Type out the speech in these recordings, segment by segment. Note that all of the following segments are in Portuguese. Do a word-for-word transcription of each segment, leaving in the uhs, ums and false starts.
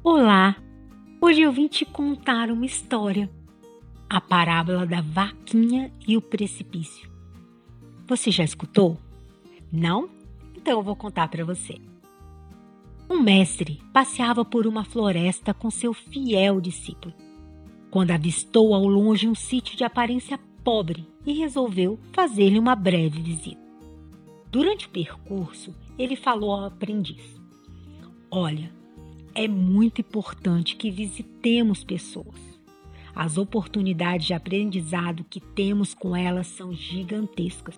Olá! Hoje eu vim te contar uma história, a parábola da vaquinha e o precipício. Você já escutou? Não? Então eu vou contar para você. Um mestre passeava por uma floresta com seu fiel discípulo, quando avistou ao longe um sítio de aparência pobre e resolveu fazer-lhe uma breve visita. Durante o percurso, ele falou ao aprendiz: Olha, é muito importante que visitemos pessoas. As oportunidades de aprendizado que temos com elas são gigantescas,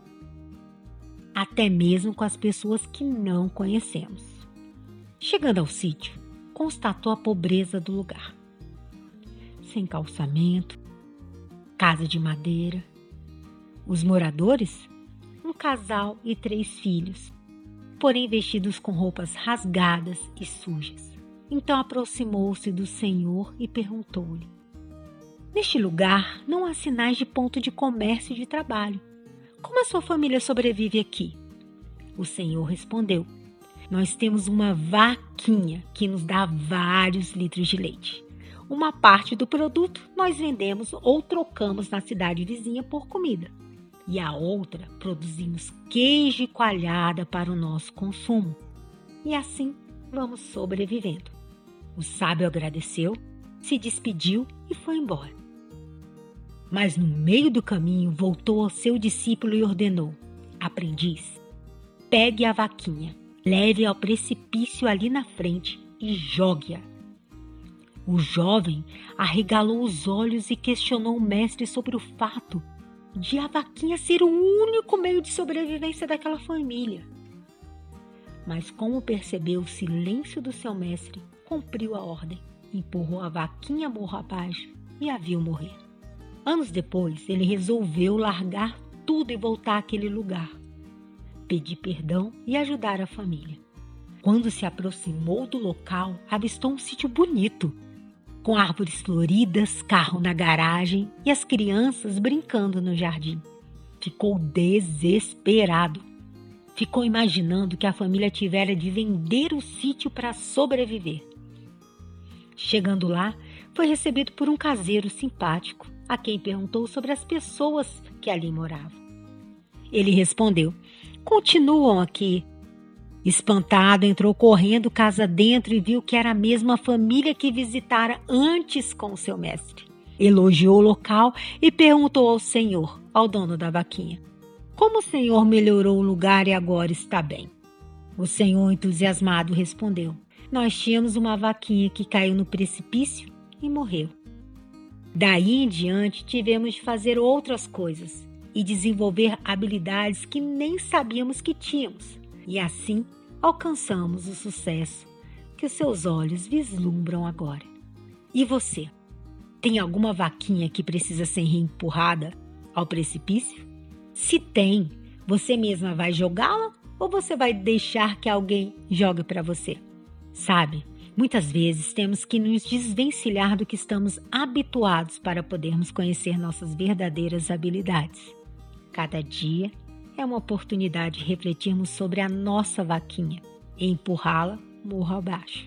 até mesmo com as pessoas que não conhecemos. Chegando ao sítio, constatou a pobreza do lugar. Sem calçamento, casa de madeira. Os moradores? Um casal e três filhos, porém vestidos com roupas rasgadas e sujas. Então aproximou-se do Senhor e perguntou-lhe: Neste lugar não há sinais de ponto de comércio e de trabalho. Como a sua família sobrevive aqui? O Senhor respondeu: Nós temos uma vaquinha que nos dá vários litros de leite. Uma parte do produto nós vendemos ou trocamos na cidade vizinha por comida. E a outra produzimos queijo e coalhada para o nosso consumo. E assim vamos sobrevivendo. O sábio agradeceu, se despediu e foi embora. Mas no meio do caminho voltou ao seu discípulo e ordenou: Aprendiz, pegue a vaquinha, leve-a ao precipício ali na frente e jogue-a. O jovem arregalou os olhos e questionou o mestre sobre o fato de a vaquinha ser o único meio de sobrevivência daquela família. Mas como percebeu o silêncio do seu mestre, cumpriu a ordem, empurrou a vaquinha morro abaixo e a viu morrer. Anos depois, ele resolveu largar tudo e voltar àquele lugar, pedir perdão e ajudar a família. Quando se aproximou do local, avistou um sítio bonito, com árvores floridas, carro na garagem e as crianças brincando no jardim. Ficou desesperado. Ficou imaginando que a família tivera de vender o sítio para sobreviver. Chegando lá, foi recebido por um caseiro simpático, a quem perguntou sobre as pessoas que ali moravam. Ele respondeu: Continuam aqui. Espantado, entrou correndo casa dentro e viu que era a mesma família que visitara antes com o seu mestre. Elogiou o local e perguntou ao senhor, ao dono da vaquinha: Como o senhor melhorou o lugar e agora está bem? O senhor, entusiasmado, respondeu: Nós tínhamos uma vaquinha que caiu no precipício e morreu. Daí em diante tivemos de fazer outras coisas e desenvolver habilidades que nem sabíamos que tínhamos. E assim alcançamos o sucesso que os seus olhos vislumbram agora. E você? Tem alguma vaquinha que precisa ser reempurrada ao precipício? Se tem, você mesma vai jogá-la ou você vai deixar que alguém jogue para você? Sabe, muitas vezes temos que nos desvencilhar do que estamos habituados para podermos conhecer nossas verdadeiras habilidades. Cada dia é uma oportunidade de refletirmos sobre a nossa vaquinha e empurrá-la morro abaixo.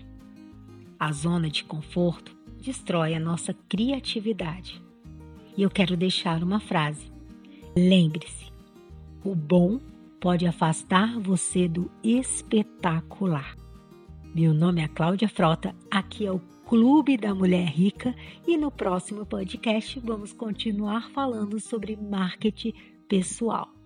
A zona de conforto destrói a nossa criatividade. E eu quero deixar uma frase. Lembre-se, o bom pode afastar você do espetacular. Meu nome é Cláudia Frota, aqui é o Clube da Mulher Rica e no próximo podcast vamos continuar falando sobre marketing pessoal.